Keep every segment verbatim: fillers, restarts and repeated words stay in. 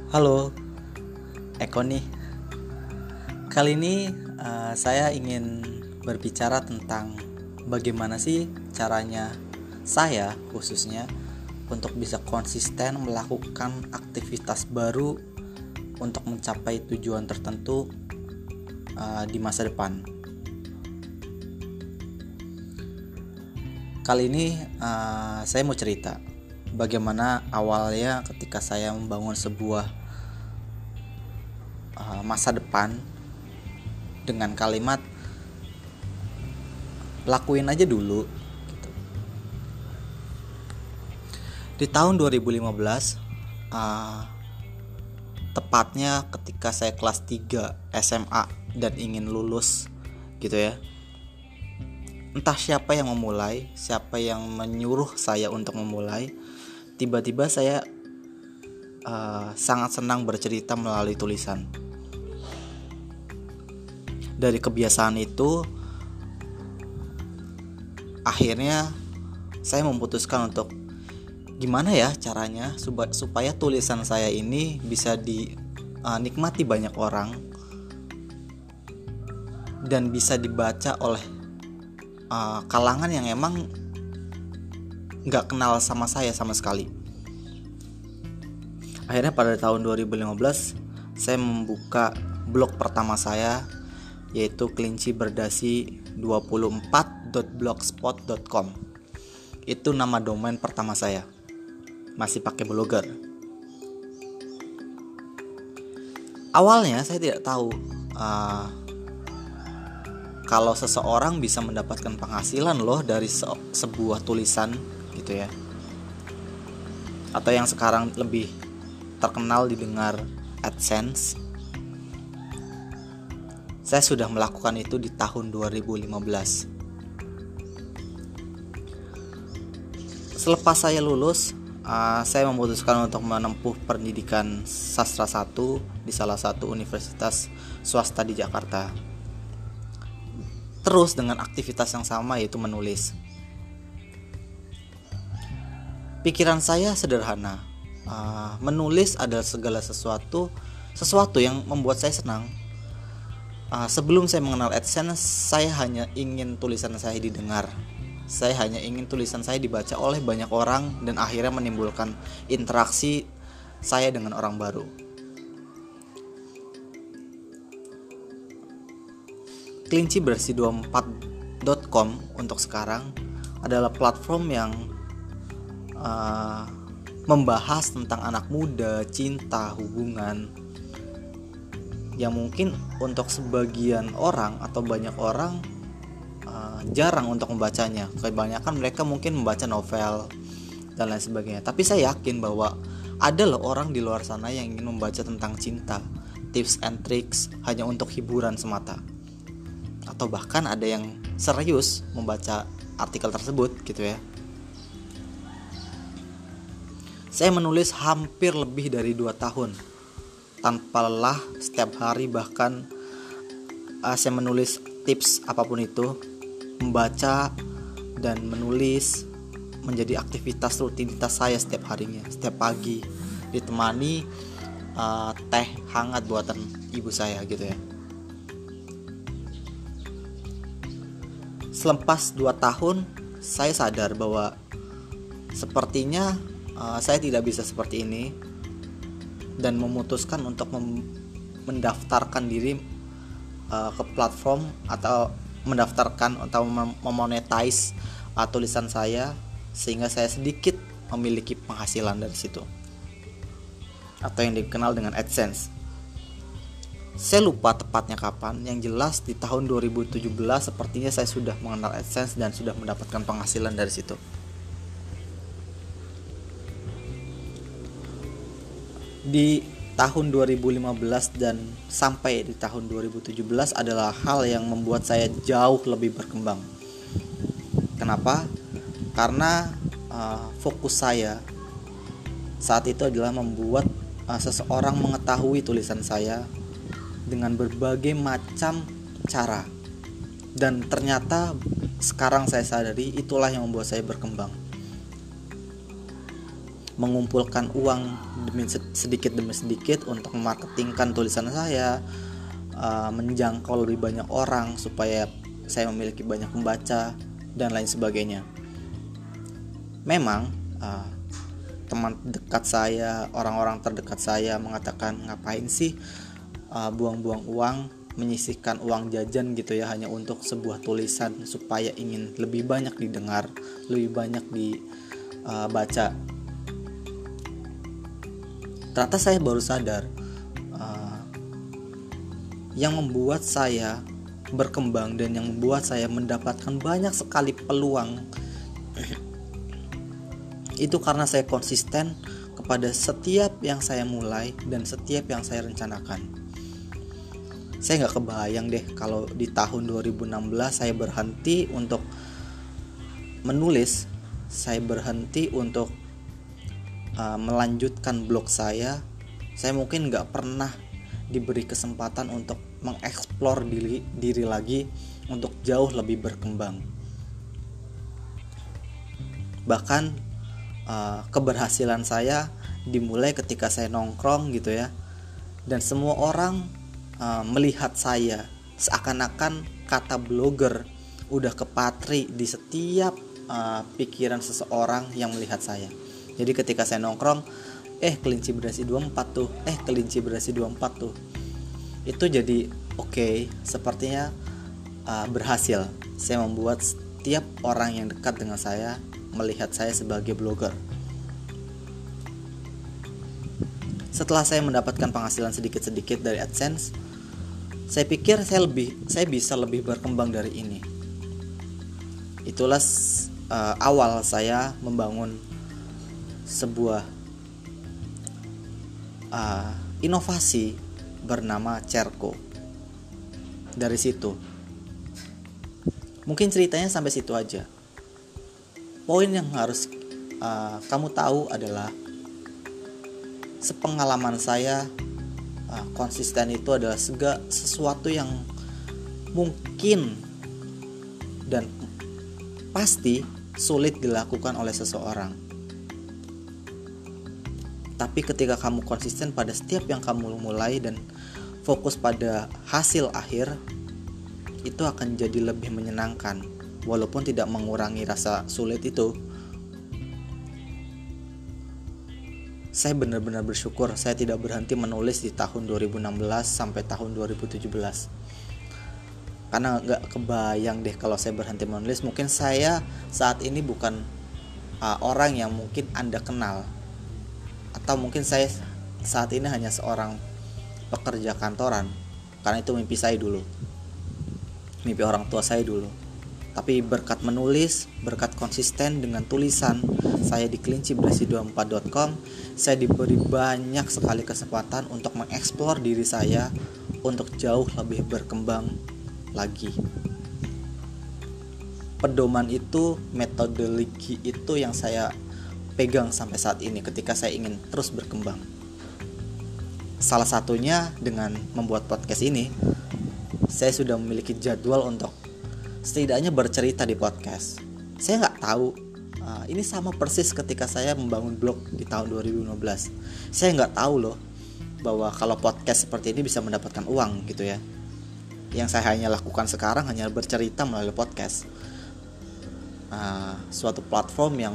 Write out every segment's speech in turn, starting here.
Halo, Eko nih. Kali ini uh, saya ingin berbicara tentang bagaimana sih caranya saya khususnya untuk bisa konsisten melakukan aktivitas baru untuk mencapai tujuan tertentu uh, di masa depan. Kali ini uh, saya mau cerita bagaimana awalnya ketika saya membangun sebuah masa depan dengan kalimat lakuin aja dulu gitu. Di tahun dua ribu lima belas uh, tepatnya ketika saya kelas tiga S M A dan ingin lulus gitu ya. Entah siapa yang memulai, siapa yang menyuruh saya untuk memulai, tiba-tiba saya uh, sangat senang bercerita melalui tulisan. Dari kebiasaan itu, akhirnya saya memutuskan untuk gimana ya caranya supaya tulisan saya ini bisa dinikmati banyak orang dan bisa dibaca oleh uh, kalangan yang emang gak kenal sama saya sama sekali. Akhirnya pada tahun dua ribu lima belas saya membuka blog pertama saya, yaitu kelinci berdasi dua puluh empat dot blogspot dot com. Itu nama domain pertama saya. Masih pakai blogger. Awalnya saya tidak tahu uh, kalau seseorang bisa mendapatkan penghasilan loh dari se- sebuah tulisan gitu ya. Atau yang sekarang lebih terkenal didengar AdSense. Saya sudah melakukan itu di tahun dua ribu lima belas. Selepas saya lulus, uh, saya memutuskan untuk menempuh pendidikan sastra satu di salah satu universitas swasta di Jakarta. Terus dengan aktivitas yang sama, yaitu menulis. Pikiran saya sederhana. Uh, menulis adalah segala sesuatu, sesuatu yang membuat saya senang. Uh, sebelum saya mengenal AdSense, saya hanya ingin tulisan saya didengar. Saya hanya ingin tulisan saya dibaca oleh banyak orang dan akhirnya menimbulkan interaksi saya dengan orang baru. kelinci berdasi dua puluh empat dot com untuk sekarang adalah platform yang uh, membahas tentang anak muda, cinta, hubungan, yang mungkin untuk sebagian orang atau banyak orang uh, jarang untuk membacanya. Kebanyakan mereka mungkin membaca novel dan lain sebagainya. Tapi saya yakin bahwa ada loh orang di luar sana yang ingin membaca tentang cinta, tips and tricks hanya untuk hiburan semata. Atau bahkan ada yang serius membaca artikel tersebut gitu ya. Saya menulis hampir lebih dari dua tahun tanpa lelah, setiap hari bahkan uh, saya menulis tips apapun itu, membaca dan menulis menjadi aktivitas rutinitas saya setiap harinya, setiap pagi ditemani uh, teh hangat buatan ibu saya gitu ya. Selepas dua tahun saya sadar bahwa sepertinya uh, saya tidak bisa seperti ini, dan memutuskan untuk mem- mendaftarkan diri uh, ke platform atau mendaftarkan atau mem- memonetize uh, tulisan saya sehingga saya sedikit memiliki penghasilan dari situ, atau yang dikenal dengan AdSense. Saya lupa tepatnya kapan, yang jelas di tahun dua ribu tujuh belas sepertinya saya sudah mengenal AdSense dan sudah mendapatkan penghasilan dari situ. Di tahun dua ribu lima belas dan sampai di tahun dua ribu tujuh belas adalah hal yang membuat saya jauh lebih berkembang. Kenapa? Karena uh, fokus saya saat itu adalah membuat uh, seseorang mengetahui tulisan saya dengan berbagai macam cara. Dan ternyata sekarang saya sadari itulah yang membuat saya berkembang. mengumpulkan uang demi sedikit demi sedikit untuk memarketingkan tulisan saya, uh, menjangkau lebih banyak orang supaya saya memiliki banyak pembaca dan lain sebagainya. Memang uh, teman dekat saya, orang-orang terdekat saya mengatakan, ngapain sih uh, buang-buang uang, menyisihkan uang jajan gitu ya hanya untuk sebuah tulisan supaya ingin lebih banyak didengar, lebih banyak dibaca. Uh, Ternyata saya baru sadar uh, yang membuat saya berkembang dan yang membuat saya mendapatkan banyak sekali peluang itu karena saya konsisten kepada setiap yang saya mulai dan setiap yang saya rencanakan. Saya gak kebayang deh kalau di tahun dua ribu enam belas saya berhenti untuk menulis, saya berhenti untuk uh, melanjutkan blog saya. Saya mungkin gak pernah diberi kesempatan untuk mengeksplor diri, diri lagi untuk jauh lebih berkembang. Bahkan uh, keberhasilan saya dimulai ketika saya nongkrong gitu ya, dan semua orang uh, melihat saya seakan-akan kata blogger udah kepatri di setiap uh, pikiran seseorang yang melihat saya. Jadi ketika saya nongkrong, eh kelinci berasi dua puluh empat tuh, eh kelinci berasi dua puluh empat tuh. Itu jadi oke, okay, sepertinya uh, berhasil. Saya membuat setiap orang yang dekat dengan saya melihat saya sebagai blogger. Setelah saya mendapatkan penghasilan sedikit-sedikit dari AdSense, saya pikir saya lebih saya bisa lebih berkembang dari ini. Itulah uh, awal saya membangun sebuah uh, inovasi bernama Cerko. Dari situ, mungkin ceritanya sampai situ aja. Poin yang harus uh, kamu tahu adalah sepengalaman saya, uh, konsisten itu adalah segala sesuatu yang mungkin dan pasti sulit dilakukan oleh seseorang. Tapi ketika kamu konsisten pada setiap yang kamu mulai dan fokus pada hasil akhir, itu akan jadi lebih menyenangkan, walaupun tidak mengurangi rasa sulit itu. Saya benar-benar bersyukur saya tidak berhenti menulis di tahun dua ribu enam belas sampai tahun dua ribu tujuh belas. Karena gak kebayang deh kalau saya berhenti menulis, mungkin saya saat ini bukan uh, orang yang mungkin Anda kenal. Atau mungkin saya saat ini hanya seorang pekerja kantoran, karena itu mimpi saya dulu, mimpi orang tua saya dulu. Tapi berkat menulis, berkat konsisten dengan tulisan saya di kelinci berasi dua puluh empat dot com, saya diberi banyak sekali kesempatan untuk mengeksplor diri saya untuk jauh lebih berkembang lagi. Pedoman itu, metodologi itu yang saya pegang sampai saat ini ketika saya ingin terus berkembang. Salah satunya dengan membuat podcast ini, saya sudah memiliki jadwal untuk setidaknya bercerita di podcast. Saya nggak tahu, uh, ini sama persis ketika saya membangun blog di tahun dua ribu lima belas. Saya nggak tahu loh bahwa kalau podcast seperti ini bisa mendapatkan uang gitu ya. Yang saya hanya lakukan sekarang hanya bercerita melalui podcast, uh, suatu platform yang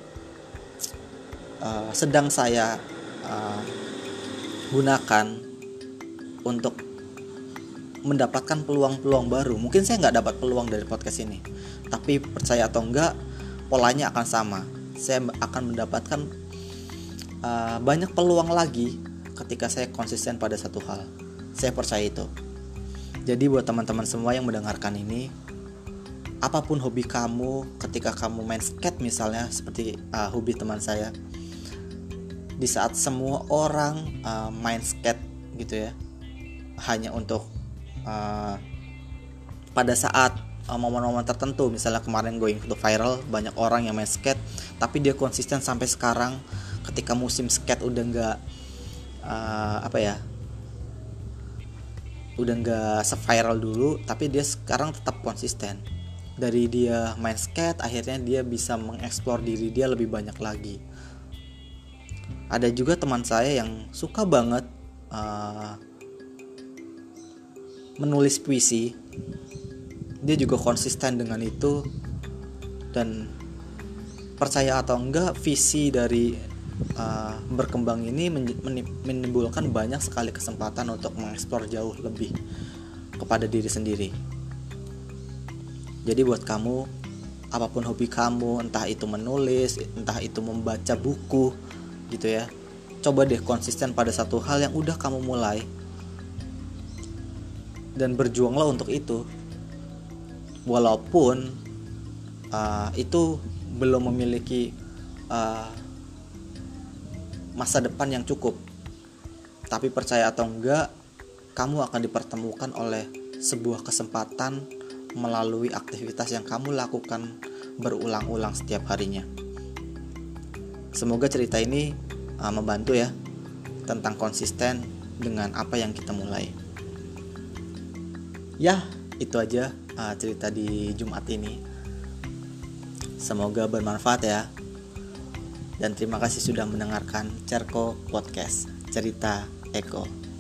uh, sedang saya uh, gunakan untuk mendapatkan peluang-peluang baru. Mungkin saya nggak dapat peluang dari podcast ini, tapi percaya atau enggak, polanya akan sama. Saya akan mendapatkan uh, banyak peluang lagi ketika saya konsisten pada satu hal. Saya percaya itu. Jadi buat teman-teman semua yang mendengarkan ini, apapun hobi kamu, ketika kamu main skate misalnya, seperti uh, hobi teman saya, di saat semua orang uh, main skate gitu ya, hanya untuk Uh, pada saat uh, momen-momen tertentu, misalnya kemarin going to viral, banyak orang yang main skate, tapi dia konsisten sampai sekarang. Ketika musim skate udah nggak uh, apa ya, udah nggak se-viral dulu, tapi dia sekarang tetap konsisten. Dari dia main skate, akhirnya dia bisa mengeksplor diri dia lebih banyak lagi. Ada juga teman saya yang suka banget uh, menulis puisi. Dia juga konsisten dengan itu, dan percaya atau enggak, visi dari uh, berkembang ini menimbulkan banyak sekali kesempatan untuk mengeksplor jauh lebih kepada diri sendiri. Jadi buat kamu, apapun hobi kamu, entah itu menulis, entah itu membaca buku gitu ya, coba deh konsisten pada satu hal yang udah kamu mulai, dan berjuanglah untuk itu. Walaupun uh, itu belum memiliki uh, masa depan yang cukup, tapi percaya atau enggak, kamu akan dipertemukan oleh sebuah kesempatan melalui aktivitas yang kamu lakukan berulang-ulang setiap harinya. Semoga cerita ini uh, membantu ya, tentang konsisten dengan apa yang kita mulai. Ya, itu aja uh, cerita di Jumat ini. Semoga bermanfaat ya. Dan terima kasih sudah mendengarkan Cerko Podcast, Cerita Eko.